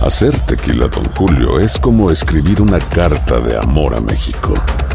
Hacer tequila Don Julio es como escribir una carta de amor a México.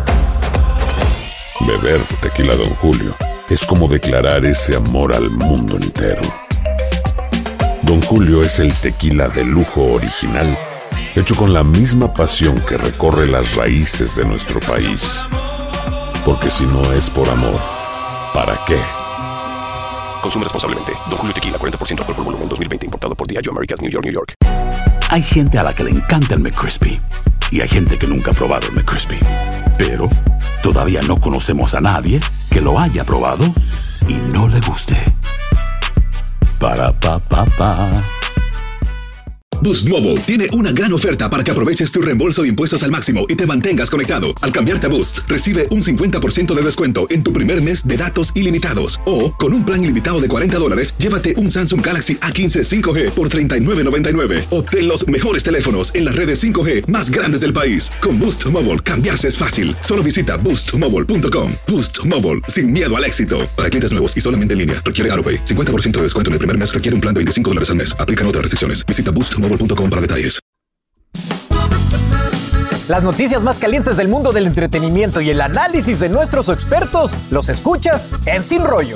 Beber tequila Don Julio es como declarar ese amor al mundo entero. Don Julio es el tequila de lujo original, hecho con la misma pasión que recorre las raíces de nuestro país. Porque si no es por amor, ¿para qué? Consume responsablemente. Don Julio Tequila, 40% alcohol por volumen, 2020. Importado por Diageo Americas, New York, New York. Hay gente a la que le encanta el McCrispy y hay gente que nunca ha probado el McCrispy. Pero todavía no conocemos a nadie que lo haya probado y no le guste. Para pa pa pa. Boost Mobile tiene una gran oferta para que aproveches tu reembolso de impuestos al máximo y te mantengas conectado. Al cambiarte a Boost, recibe un 50% de descuento en tu primer mes de datos ilimitados. O, con un plan ilimitado de $40, llévate un Samsung Galaxy A15 5G por $39.99. Obtén los mejores teléfonos en las redes 5G más grandes del país. Con Boost Mobile, cambiarse es fácil. Solo visita boostmobile.com. Boost Mobile, sin miedo al éxito. Para clientes nuevos y solamente en línea, requiere AutoPay. 50% de descuento en el primer mes requiere un plan de $25 al mes. Aplican otras restricciones. Visita boostmobile.com para detalles. Las noticias más calientes del mundo del entretenimiento y el análisis de nuestros expertos los escuchas en Sin Rollo.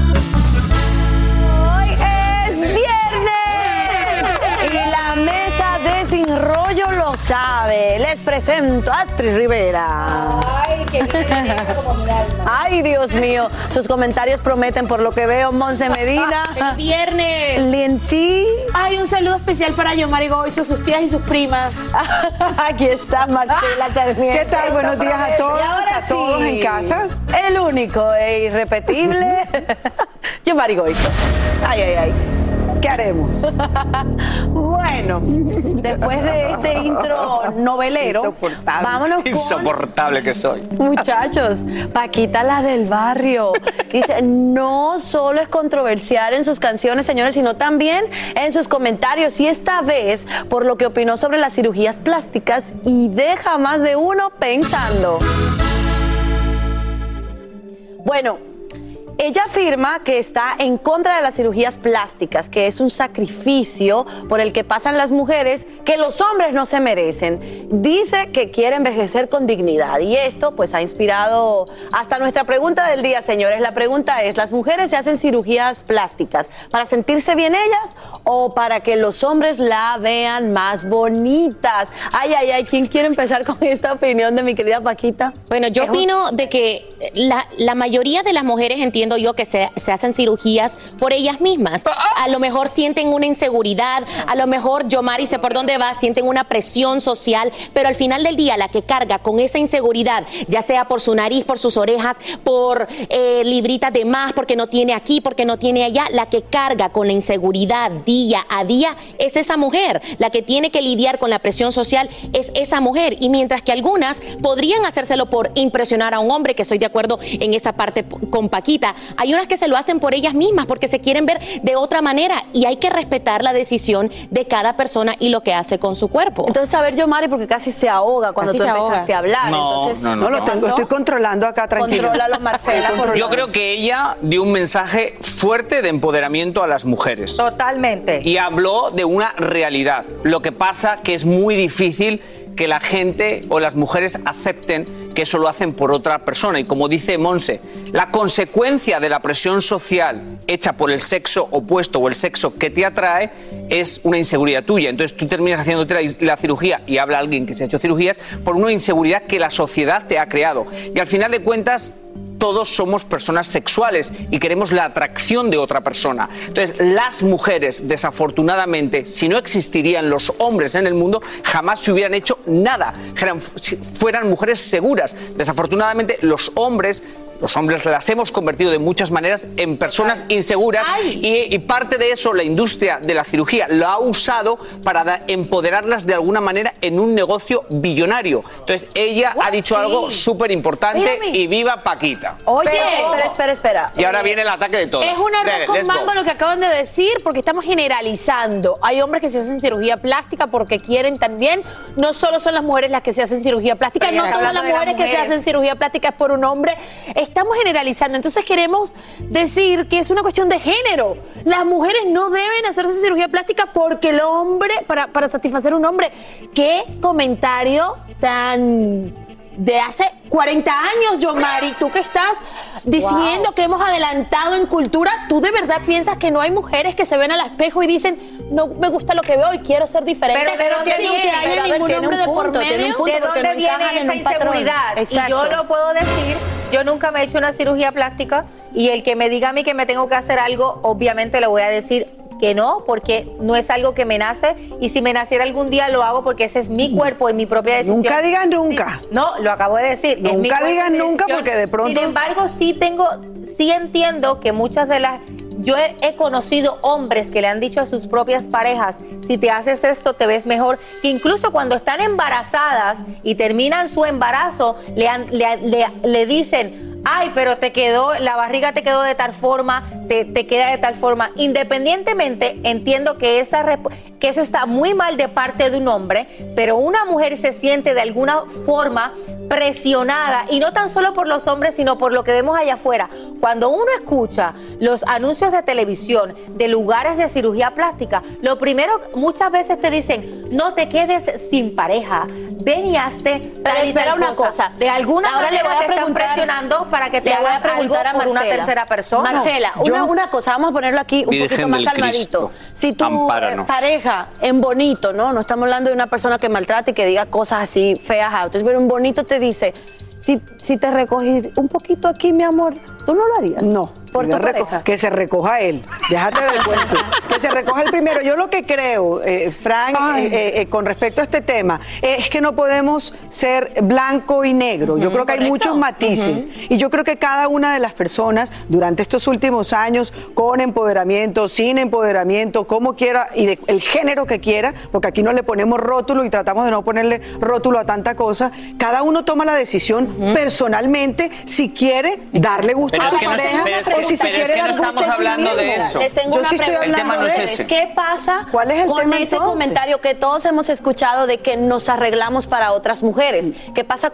Hoy es viernes y la mesa de Sin Rollo lo sabe. Les presento a Astrid Rivera. Ay, qué bien, como mi alma. Ay, Dios mío, sus comentarios prometen por lo que veo. Monse Medina. ¡El viernes! Lienzi. Ay, un saludo especial para Yomari Goizo, sus tías y sus primas. Aquí está Marcela Sarmiento. ¿Qué tal? Buenos días a todos, a todos en casa. El único e irrepetible, Yomari Goizo. Ay, ay, ay. ¿Qué haremos? Bueno, después de este intro novelero, vámonos con... Insoportable que soy. Muchachos, Paquita la del barrio. Dice, no solo es controversial en sus canciones, señores, sino también en sus comentarios. Y esta vez, por lo que opinó sobre las cirugías plásticas y deja más de uno pensando. Bueno, ella afirma que está en contra de las cirugías plásticas, que es un sacrificio por el que pasan las mujeres que los hombres no se merecen. Dice que quiere envejecer con dignidad y esto pues ha inspirado hasta nuestra pregunta del día, señores. La pregunta es, ¿las mujeres se hacen cirugías plásticas para sentirse bien ellas o para que los hombres la vean más bonitas? Ay, ay, ay, ¿quién quiere empezar con esta opinión de mi querida Paquita? Bueno, yo opino de que la mayoría de las mujeres entiendo yo que se hacen cirugías por ellas mismas. A lo mejor sienten una inseguridad, a lo mejor Yomari sé por dónde va, sienten una presión social, pero al final del día la que carga con esa inseguridad, ya sea por su nariz, por sus orejas, por libritas de más, porque no tiene aquí, porque no tiene allá, la que carga con la inseguridad día a día es esa mujer. La que tiene que lidiar con la presión social es esa mujer. Y mientras que algunas podrían hacérselo por impresionar a un hombre, que estoy de acuerdo en esa parte con Paquita, hay unas que se lo hacen por ellas mismas porque se quieren ver de otra manera y hay que respetar la decisión de cada persona y lo que hace con su cuerpo. Entonces, a ver, Yomari, porque casi se ahoga cuando tú empezaste a hablar. No, entonces, no, lo tengo, estoy controlando acá, tranquilo. Contrólalo, Marcela. Yo creo que ella dio un mensaje fuerte de empoderamiento a las mujeres. Totalmente. Y habló de una realidad. Lo que pasa que es muy difícil que la gente o las mujeres acepten que eso lo hacen por otra persona. Y como dice Monse, la consecuencia de la presión social hecha por el sexo opuesto o el sexo que te atrae es una inseguridad tuya. Entonces tú terminas haciéndote la cirugía, y habla alguien que se ha hecho cirugías, por una inseguridad que la sociedad te ha creado. Y al final de cuentas, todos somos personas sexuales y queremos la atracción de otra persona. Entonces, las mujeres, desafortunadamente, si no existirían los hombres en el mundo, jamás se hubieran hecho nada. Fueran mujeres seguras. Desafortunadamente, los hombres las hemos convertido de muchas maneras en personas inseguras y parte de eso la industria de la cirugía lo ha usado para empoderarlas de alguna manera en un negocio billonario. Entonces ella ha dicho algo súper importante y viva Paquita. Oye, espera. Y ahora viene el ataque de todos. Es un arroz con mango lo que acaban de decir porque estamos generalizando. Hay hombres que se hacen cirugía plástica porque quieren también. No solo son las mujeres las que se hacen cirugía plástica, no todas las mujeres que se hacen cirugía plástica es por un hombre. Es estamos generalizando. Entonces queremos decir que es una cuestión de género. Las mujeres no deben hacerse cirugía plástica porque el hombre, para satisfacer a un hombre. ¿Qué comentario tan de hace 40 años, Yomari? Tú que estás diciendo que hemos adelantado en cultura, ¿tú de verdad piensas que no hay mujeres que se ven al espejo y dicen, no me gusta lo que veo y quiero ser diferente? Pero sin que haya ningún hombre de por medio. ¿De dónde viene esa inseguridad? Y yo lo puedo decir, yo nunca me he hecho una cirugía plástica y el que me diga a mí que me tengo que hacer algo, obviamente le voy a decir que no, porque no es algo que me nace, y si me naciera algún día lo hago porque ese es mi cuerpo, es mi propia decisión. Nunca digan nunca. Sí, no, lo acabo de decir. Nunca digan nunca, porque de pronto... Sin embargo, sí entiendo que muchas de las... Yo he conocido hombres que le han dicho a sus propias parejas, si te haces esto te ves mejor, que incluso cuando están embarazadas y terminan su embarazo, le dicen, ay, pero la barriga te quedó de tal forma, te queda de tal forma. Independientemente, entiendo que eso está muy mal de parte de un hombre, pero una mujer se siente de alguna forma presionada, y no tan solo por los hombres, sino por lo que vemos allá afuera. Cuando uno escucha los anuncios de televisión de lugares de cirugía plástica, lo primero, muchas veces te dicen, no te quedes sin pareja, ven y hazte pero espera una cosa. De alguna Ahora manera le voy a te están preguntar, presionando para que te hagas algo por una tercera persona. Marcela, una cosa, vamos a ponerlo aquí un poquito más calmadito. Si tu pareja en bonito, no estamos hablando de una persona que maltrate y que diga cosas así feas a otros, pero en bonito te dice, si te recogí un poquito aquí, mi amor, ¿tú no lo harías? No. Por tu pareja. Que se recoja él. Déjate de cuento. Que se recoja el primero. Yo lo que creo, Frank, con respecto a este tema, es que no podemos ser blanco y negro. Yo creo que hay muchos matices. Y yo creo que cada una de las personas, durante estos últimos años, con empoderamiento, sin empoderamiento, como quiera, y el género que quiera, porque aquí no le ponemos rótulo y tratamos de no ponerle rótulo a tanta cosa, cada uno toma la decisión personalmente si quiere darle gusto a su pareja. Pero es que no estamos hablando de eso. Les tengo una pregunta. El tema no es ese. ¿Qué pasa con ese comentario que todos hemos escuchado de que nos arreglamos para otras mujeres? ¿Qué pasa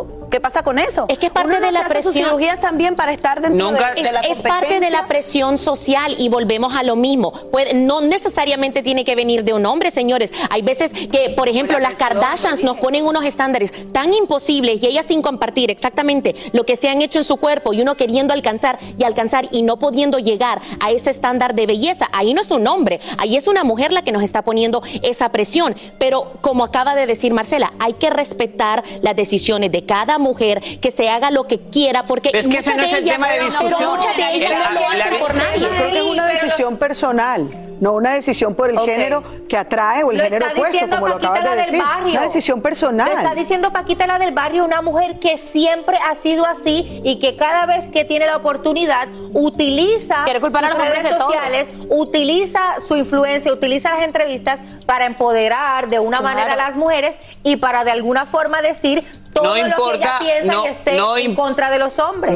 con eso? Es que es parte de la presión. Cirugías también para estar dentro de la competencia. Es parte de la presión social y volvemos a lo mismo. No necesariamente tiene que venir de un hombre, señores. Hay veces que, por ejemplo, las Kardashians nos ponen unos estándares tan imposibles y ellas sin compartir exactamente lo que se han hecho en su cuerpo y uno queriendo alcanzar y no pudiendo llegar a ese estándar de belleza. Ahí no es un hombre, ahí es una mujer la que nos está poniendo esa presión. Pero como acaba de decir Marcela, hay que respetar las decisiones de cada mujer, que se haga lo que quiera, porque es que ese no es el tema de discusión. Muchas de ellas no lo hacen por nadie. Yo creo que es una decisión personal, no una decisión por el género que atrae o el género opuesto, como lo acabas de decir. Una decisión personal. Lo está diciendo Paquita, la del barrio, una mujer que siempre ha sido así y que cada vez que tiene la oportunidad utiliza sus redes sociales, utiliza su influencia, utiliza las entrevistas para empoderar de una manera a las mujeres y para de alguna forma decir todo lo que ella piensa y esté en contra de los hombres.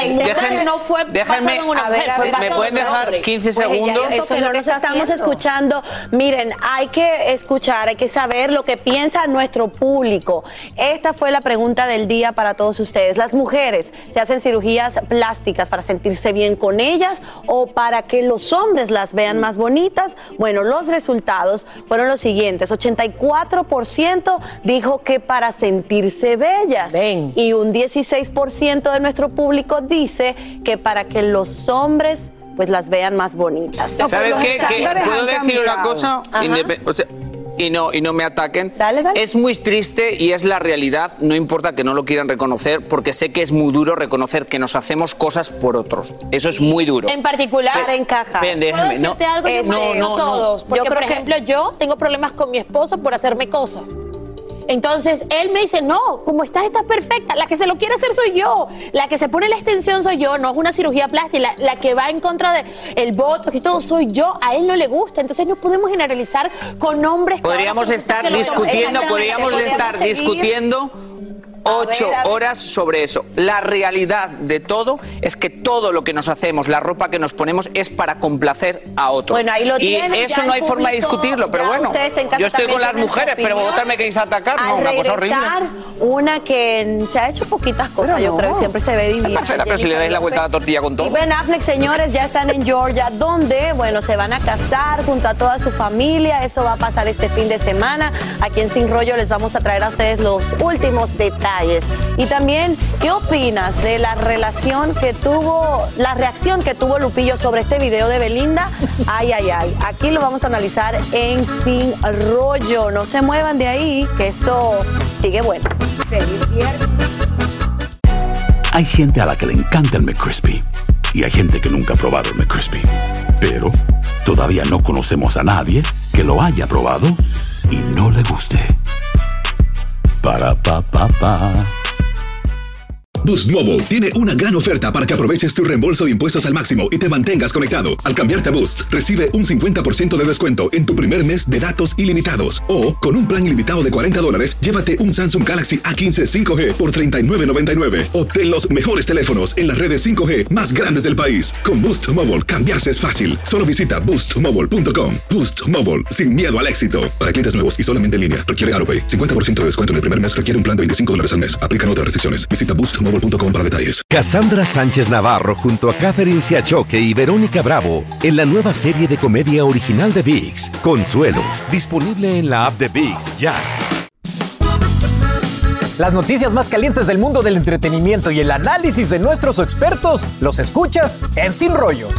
No fue basado en una mujer, fue basado ¿me pueden dejar 15 segundos? Eso es lo que estamos escuchando. Miren, hay que escuchar, hay que saber lo que piensa nuestro público. Esta fue la pregunta del día para todos ustedes. ¿Las mujeres se hacen cirugías plásticas para sentirse bien con ellas o para que los hombres las vean más bonitas? Bueno, los resultados fueron los siguientes. 84% dijo que para sentirse bellas. Y un 16% de nuestro público dice que para que los hombres pues las vean más bonitas. ¿Sabes qué? ¿Puedo decir una cosa? Y no me ataquen. Dale. Es muy triste y es la realidad, no importa que no lo quieran reconocer, porque sé que es muy duro reconocer que nos hacemos cosas por otros. Eso es muy duro. En particular, encaja. Ven, déjame. ¿Puedo decirte algo? No todos. Porque, por ejemplo, yo tengo problemas con mi esposo por hacerme cosas. Entonces, él me dice, no, como estás perfecta. La que se lo quiere hacer soy yo. La que se pone la extensión soy yo. No es una cirugía plástica. La que va en contra del botox y todo soy yo. A él no le gusta. Entonces, no podemos generalizar con hombres. Podríamos estar discutiendo 8 horas sobre eso. La realidad de todo es que todo lo que nos hacemos, la ropa que nos ponemos, es para complacer a otros. Bueno, ahí lo y tienen, eso no hay forma de discutirlo, pero bueno, yo estoy con las mujeres, pero vosotras me queréis atacar, no, una cosa horrible. Una que se ha hecho poquitas cosas, yo creo, siempre se ve divina. Marcela, pero si le dais la vuelta a la tortilla con todo. Y Ben Affleck, señores, ya están en Georgia, donde, bueno, se van a casar junto a toda su familia. Eso va a pasar este fin de semana. Aquí en Sin Rollo les vamos a traer a ustedes los últimos detalles. Y también, ¿qué opinas de la reacción que tuvo Lupillo sobre este video de Belinda? Ay, ay, ay. Aquí lo vamos a analizar en Sin Rollo. No se muevan de ahí, que esto sigue bueno. Hay gente a la que le encanta el McCrispy y hay gente que nunca ha probado el McCrispy. Pero todavía no conocemos a nadie que lo haya probado y no le guste. Para pa pa pa. Boost Mobile tiene una gran oferta para que aproveches tu reembolso de impuestos al máximo y te mantengas conectado. Al cambiarte a Boost, recibe un 50% de descuento en tu primer mes de datos ilimitados. O, con un plan ilimitado de $40, llévate un Samsung Galaxy A15 5G por $39.99. Obtén los mejores teléfonos en las redes 5G más grandes del país. Con Boost Mobile, cambiarse es fácil. Solo visita boostmobile.com. Boost Mobile, sin miedo al éxito. Para clientes nuevos y solamente en línea, requiere AroPay. 50% de descuento en el primer mes requiere un plan de $25 al mes. Aplican otras restricciones. Visita boostmobile.com para detalles. Cassandra Sánchez Navarro junto a Catherine Siachoque y Verónica Bravo en la nueva serie de comedia original de ViX, Consuelo, disponible en la app de ViX ya. Las noticias más calientes del mundo del entretenimiento y el análisis de nuestros expertos los escuchas en Sin Rollo.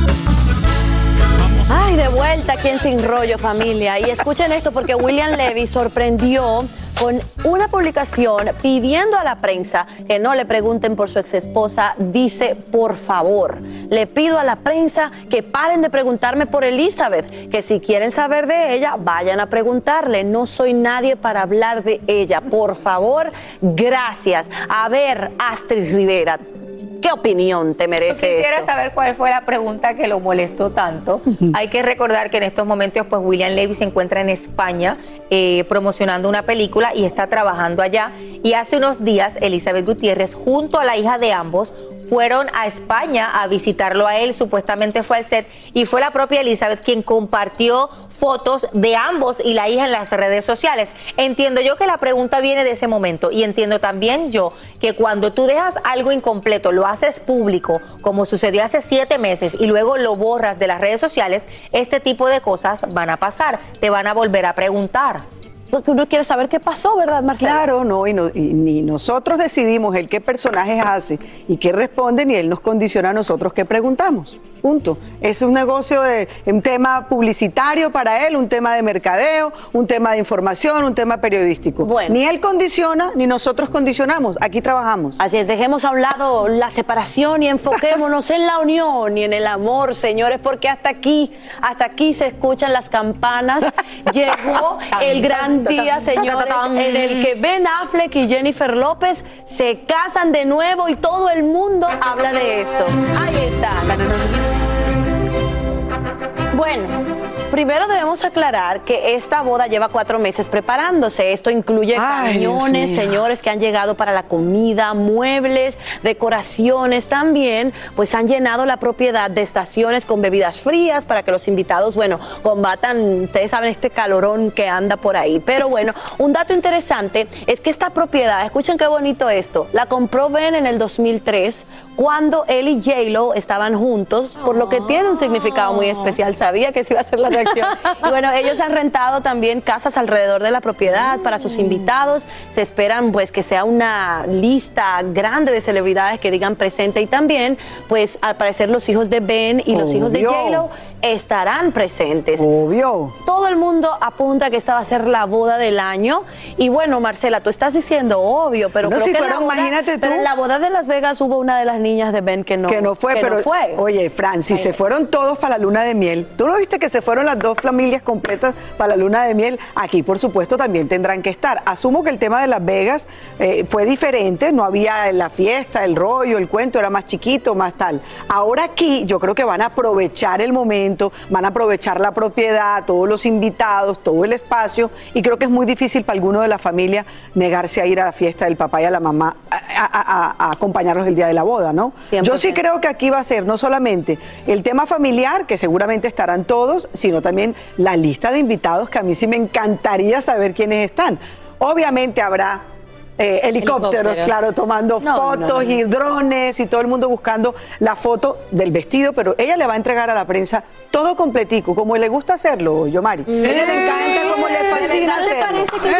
Ay, de vuelta aquí en Sin Rollo, familia. Y escuchen esto porque William Levy sorprendió con una publicación pidiendo a la prensa que no le pregunten por su exesposa. Dice, por favor, le pido a la prensa que paren de preguntarme por Elizabeth, que si quieren saber de ella, vayan a preguntarle. No soy nadie para hablar de ella. Por favor, gracias. A ver, Astrid Rivera, ¿qué opinión te merece Yo quisiera esto? saber cuál fue la pregunta que lo molestó tanto. Hay que recordar que en estos momentos pues William Levy se encuentra en España promocionando una película y está trabajando allá. Y hace unos días Elizabeth Gutiérrez junto a la hija de ambos fueron a España a visitarlo a él, supuestamente fue al set, y fue la propia Elizabeth quien compartió fotos de ambos y la hija en las redes sociales. Entiendo yo que la pregunta viene de ese momento y entiendo también yo que cuando tú dejas algo incompleto, lo haces público, como sucedió hace 7 meses y luego lo borras de las redes sociales, este tipo de cosas van a pasar, te van a volver a preguntar. Porque uno quiere saber qué pasó, ¿verdad, Marcela? Claro, y ni nosotros decidimos él qué personajes hace y qué responde, ni él nos condiciona a nosotros qué preguntamos. Punto. Es un negocio un tema publicitario para él, un tema de mercadeo, un tema de información, un tema periodístico. Bueno. Ni él condiciona, ni nosotros condicionamos. Aquí trabajamos. Así es, dejemos a un lado la separación y enfoquémonos en la unión y en el amor, señores, porque hasta aquí se escuchan las campanas. Llegó el gran día, señores, en el que Ben Affleck y Jennifer López se casan de nuevo y todo el mundo habla de eso. Ahí está. Bueno, primero debemos aclarar que esta boda lleva 4 meses preparándose. Esto incluye camiones, señores, que han llegado para la comida, muebles, decoraciones también, pues han llenado la propiedad de estaciones con bebidas frías para que los invitados, bueno, combatan, ustedes saben, este calorón que anda por ahí. Pero bueno, un dato interesante es que esta propiedad, escuchen qué bonito esto, la compró Ben en el 2003, cuando él y J-Lo estaban juntos, por lo que tiene un significado muy especial. Sabía que se iba a hacer la reacción. Y bueno, ellos han rentado también casas alrededor de la propiedad para sus invitados. Se esperan pues que sea una lista grande de celebridades que digan presente, y también pues al parecer los hijos de Ben y los hijos de J-Lo estarán presentes. Obvio. Todo el mundo apunta a que esta va a ser la boda del año. Y bueno, Marcela, tú estás diciendo obvio, pero creo si que fueron, imagínate tú. Pero en la boda de Las Vegas hubo una de las niñas de Ben que no fue. Oye, Fran, si se fueron todos para la luna de miel, ¿tú no viste que se fueron las 2 familias completas para la luna de miel? Aquí, por supuesto, también tendrán que estar. Asumo que el tema de Las Vegas fue diferente, no había la fiesta, el rollo, el cuento, era más chiquito, más tal. Ahora aquí yo creo que van a aprovechar el momento evento, van a aprovechar la propiedad, todos los invitados, todo el espacio, y creo que es muy difícil para alguno de la familia negarse a ir a la fiesta del papá y a la mamá a acompañarlos el día de la boda, ¿no? 100%. Yo sí creo que aquí va a ser no solamente el tema familiar, que seguramente estarán todos, sino también la lista de invitados, que a mí sí me encantaría saber quiénes están. Obviamente habrá helicópteros, claro, tomando fotos y drones y todo el mundo buscando la foto del vestido, pero ella le va a entregar a la prensa todo completico, como le gusta hacerlo, Yomari. Ella le encanta, como le fascina hacerlo. ¿Le parece que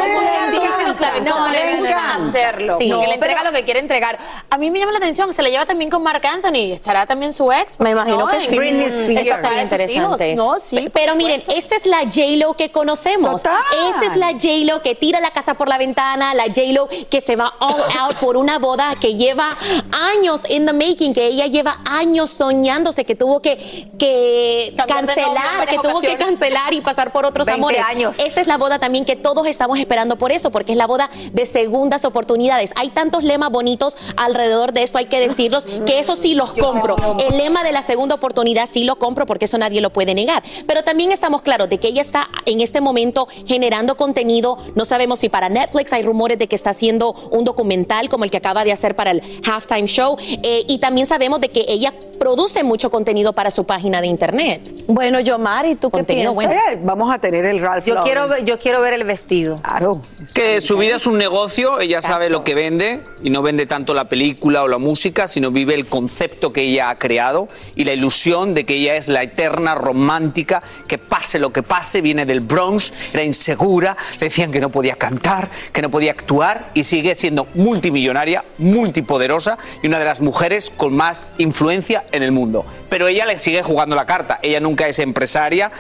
no le gusta hacerlo? Sí, que le entrega lo que quiere entregar. A mí me llama la atención que se le lleva también con Marc Anthony. ¿Estará también su ex? Me imagino que sí. Britney Spears. Eso estaría interesante. No, sí. Pero miren, esta es la J-Lo que conocemos. Total. Esta es la J-Lo que tira la casa por la ventana, la J-Lo que se va all out por una boda que lleva años in the making, que ella lleva años soñándose, que tuvo que cancelar, que tuvo que cancelar y pasar por otros 20 amores. años. Esta es la boda también que todos estamos esperando por eso, porque es la boda de segundas oportunidades. Hay tantos lemas bonitos alrededor de esto, hay que decirlos, que eso sí los compro. El lema de la segunda oportunidad sí lo compro, porque eso nadie lo puede negar. Pero también estamos claros de que ella está en este momento generando contenido. No sabemos si para Netflix, hay rumores de que está haciendo un documental como el que acaba de hacer para el Halftime Show. Y también sabemos de que ella produce mucho contenido para su página de internet. Bueno, Yomari, ¿tú qué piensas? Bueno. Vamos a tener el Ralph Lauren. Yo quiero ver el vestido. Claro. Que su vida es un negocio, ella sabe lo que vende y no vende tanto la película o la música, sino vive el concepto que ella ha creado y la ilusión de que ella es la eterna romántica, que pase lo que pase, viene del Bronx, era insegura, le decían que no podía cantar, que no podía actuar y sigue siendo multimillonaria, multipoderosa y una de las mujeres con más influencia en el mundo. Pero ella le sigue jugando la carta, ella nunca es empresaria,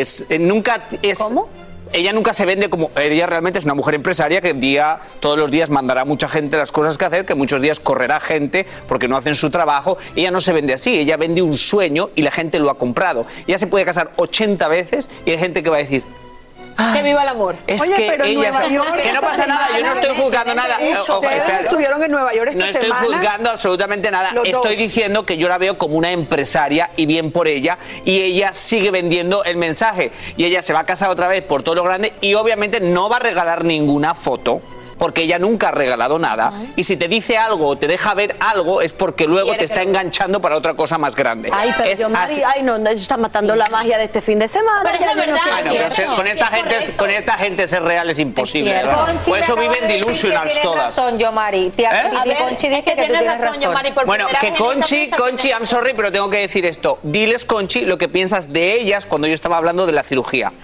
¿Cómo? Ella nunca se vende como... Ella realmente es una mujer empresaria que todos los días mandará a mucha gente las cosas que hacer, que muchos días correrá gente porque no hacen su trabajo. Ella no se vende así, ella vende un sueño y la gente lo ha comprado. Ella se puede casar 80 veces y hay gente que va a decir... Que viva el amor. Es Oye, que pero en ella Nueva York que no pasa nada, yo no estoy juzgando nada. Ustedes estuvieron en Nueva York esta semana. No estoy juzgando absolutamente nada. Los Estoy dos. diciendo que yo la veo como una empresaria y bien por ella, y ella sigue vendiendo el mensaje. Y ella se va a casar otra vez por todo lo grande y obviamente no va a regalar ninguna foto, porque ella nunca ha regalado nada. Y si te dice algo o te deja ver algo es porque luego te está enganchando para otra cosa más grande. Ay, pero Es Yomari, así. ay, no, eso está matando la magia de este fin de semana. Pero es Ya la yo no verdad. quiero- Bueno, pero con esta gente ser real es imposible. Es cierto. ¿verdad? Por eso viven delusionals todas. Tienes razón, Yomari. Conchi dice que tú tienes razón. Yomari, por Bueno, primera que vez en esta Conchi, mesa I'm sorry, pero tengo que decir esto. Diles, Conchi, lo que piensas de ellas cuando yo estaba hablando de la cirugía.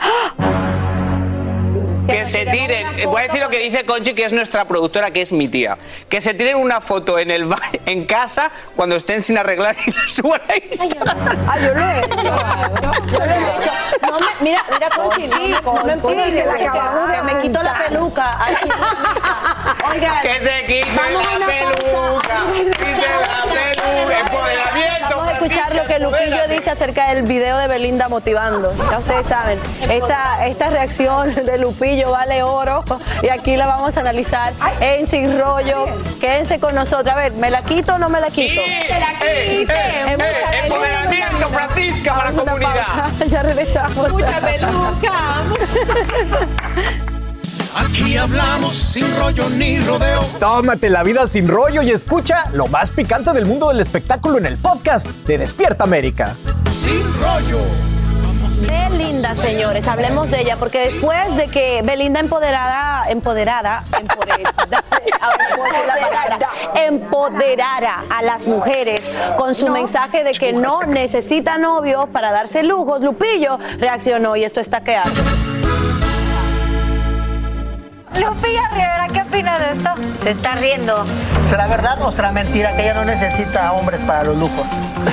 Que se tiren, voy a decir lo que dice Conchi, que es nuestra productora, que es mi tía. Que se tiren una foto en casa cuando estén sin arreglar y la suban a Instagram. Ay, yo lo he hecho. Yo lo he hecho. No mira, Conchi, no me Conchi, te la que acabamos de me quito la apuntar. peluca. Oigan, Que se quite vamos a la una peluca. Quite la peluca. Empoderamiento. Vamos a escuchar lo que Lupillo dice acerca del video de Belinda motivando. Ya ustedes saben, esta reacción de Lupillo vale oro y aquí la vamos a analizar en Sin Rollo. Quédense con nosotros. A ver, ¿me la quito o no me la quito? Se la quite. Empoderamiento, Francisca, para la comunidad. Ya regresamos. Mucha peluca. Aquí hablamos sin rollo ni rodeo. Tómate la vida sin rollo y escucha lo más picante del mundo del espectáculo en el podcast de Despierta América. Sin rollo. Belinda, señores, hablemos de ella, porque después de que Belinda empoderara a las mujeres con su mensaje de que no necesita novios para darse lujos, Lupillo reaccionó y esto está que arde. Lupillo Rivera, ¿qué opina de esto? Se está riendo. ¿Será verdad o será mentira que ella no necesita hombres para los lujos?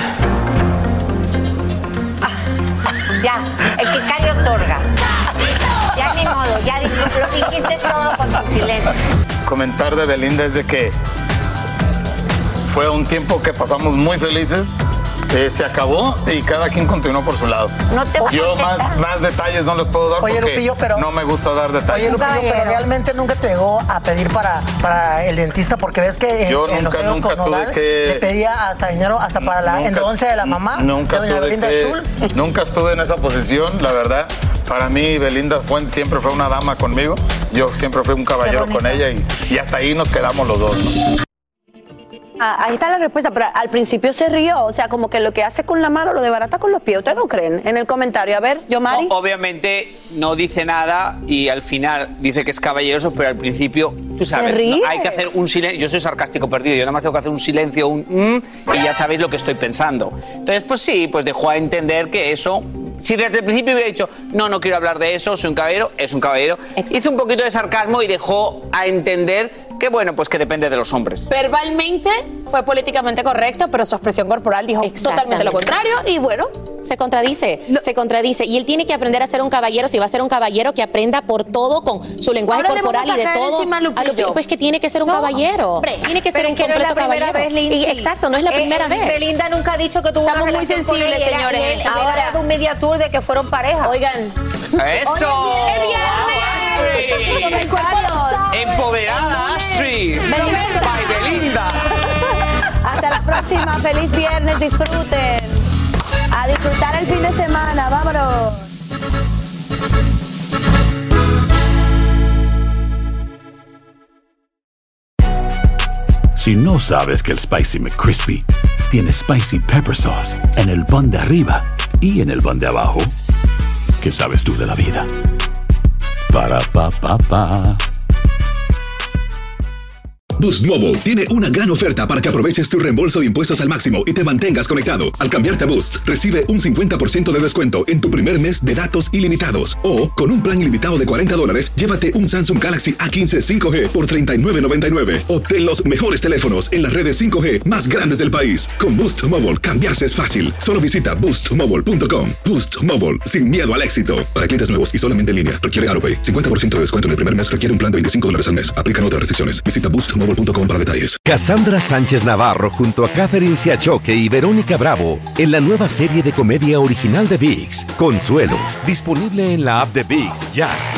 Ya, el que calle otorga. Ya ni modo, ya lo dijiste todo con tu silencio. Comentar de Belinda es de que fue un tiempo que pasamos muy felices, se acabó y cada quien continuó por su lado. No te voy a Yo contestar. más detalles no les puedo dar Oye, porque Lupillo, pero- no me gusta dar Oye, detalles. Lupillo, pero realmente nunca te llegó a pedir para el dentista, porque ves que Yo en los nunca dedos con tuve Nodal que- le pedía hasta dinero hasta para la Nunca- endodoncia de la mamá Nunca de doña Belinda Schul. nunca estuve en esa posición, la verdad. Para mí, Belinda siempre fue una dama conmigo. Yo siempre fui un caballero con ella y hasta ahí nos quedamos los dos, ¿no? Ahí está la respuesta, pero al principio se rió, o sea, como que lo que hace con la mano lo desbarata con los pies. ¿Ustedes no creen? En el comentario, a ver, Yomari. Obviamente no dice nada y al final dice que es caballeroso, pero al principio, tú sabes, ríe. hay que hacer un silencio. Yo soy sarcástico perdido, yo nada más tengo que hacer un silencio, y ya sabéis lo que estoy pensando. Entonces, pues sí, pues dejó a entender que eso. Si desde el principio hubiera dicho, no quiero hablar de eso, soy un caballero, es un caballero. Hizo un poquito de sarcasmo y dejó a entender que, bueno, pues que depende de los hombres. Verbalmente fue políticamente correcto, pero su expresión corporal dijo totalmente lo contrario y bueno. Se contradice. Y él tiene que aprender a ser un caballero. Si va a ser un caballero, que aprenda por todo con su lenguaje Ahora le corporal vamos a y de caer todo. encima a Lupillo. Pues que tiene que ser un caballero. hombre, Tiene que ser Pero un es que no es la completo primera caballero. vez, Lindsay. Exacto, no es la primera vez. Belinda nunca ha dicho que tuvo Estamos una muy relación con sensibles, él, y señores. él Ahora- ha dado un media tour de que fueron pareja. Oigan. ¡Eso! ¡Empoderada, Astrid! ¡By Belinda! Hasta la próxima. Feliz viernes. Disfruten. A disfrutar el fin de semana. Vámonos. Si no sabes que el Spicy McCrispy tiene Spicy Pepper Sauce en el pan de arriba y en el pan de abajo, ¿qué sabes tú de la vida? Para, pa, pa, pa. Boost Mobile tiene una gran oferta para que aproveches tu reembolso de impuestos al máximo y te mantengas conectado. Al cambiarte a Boost, recibe un 50% de descuento en tu primer mes de datos ilimitados. O, con un plan ilimitado de $40, llévate un Samsung Galaxy A15 5G por $39.99. Obtén los mejores teléfonos en las redes 5G más grandes del país. Con Boost Mobile, cambiarse es fácil. Solo visita boostmobile.com. Boost Mobile, sin miedo al éxito. Para clientes nuevos y solamente en línea, requiere AutoPay. 50% de descuento en el primer mes requiere un plan de $25 al mes. Aplican otras restricciones. Visita boostmobile.com para detalles. Cassandra Sánchez Navarro junto a Catherine Siachoque y Verónica Bravo en la nueva serie de comedia original de ViX, Consuelo, disponible en la app de ViX ya.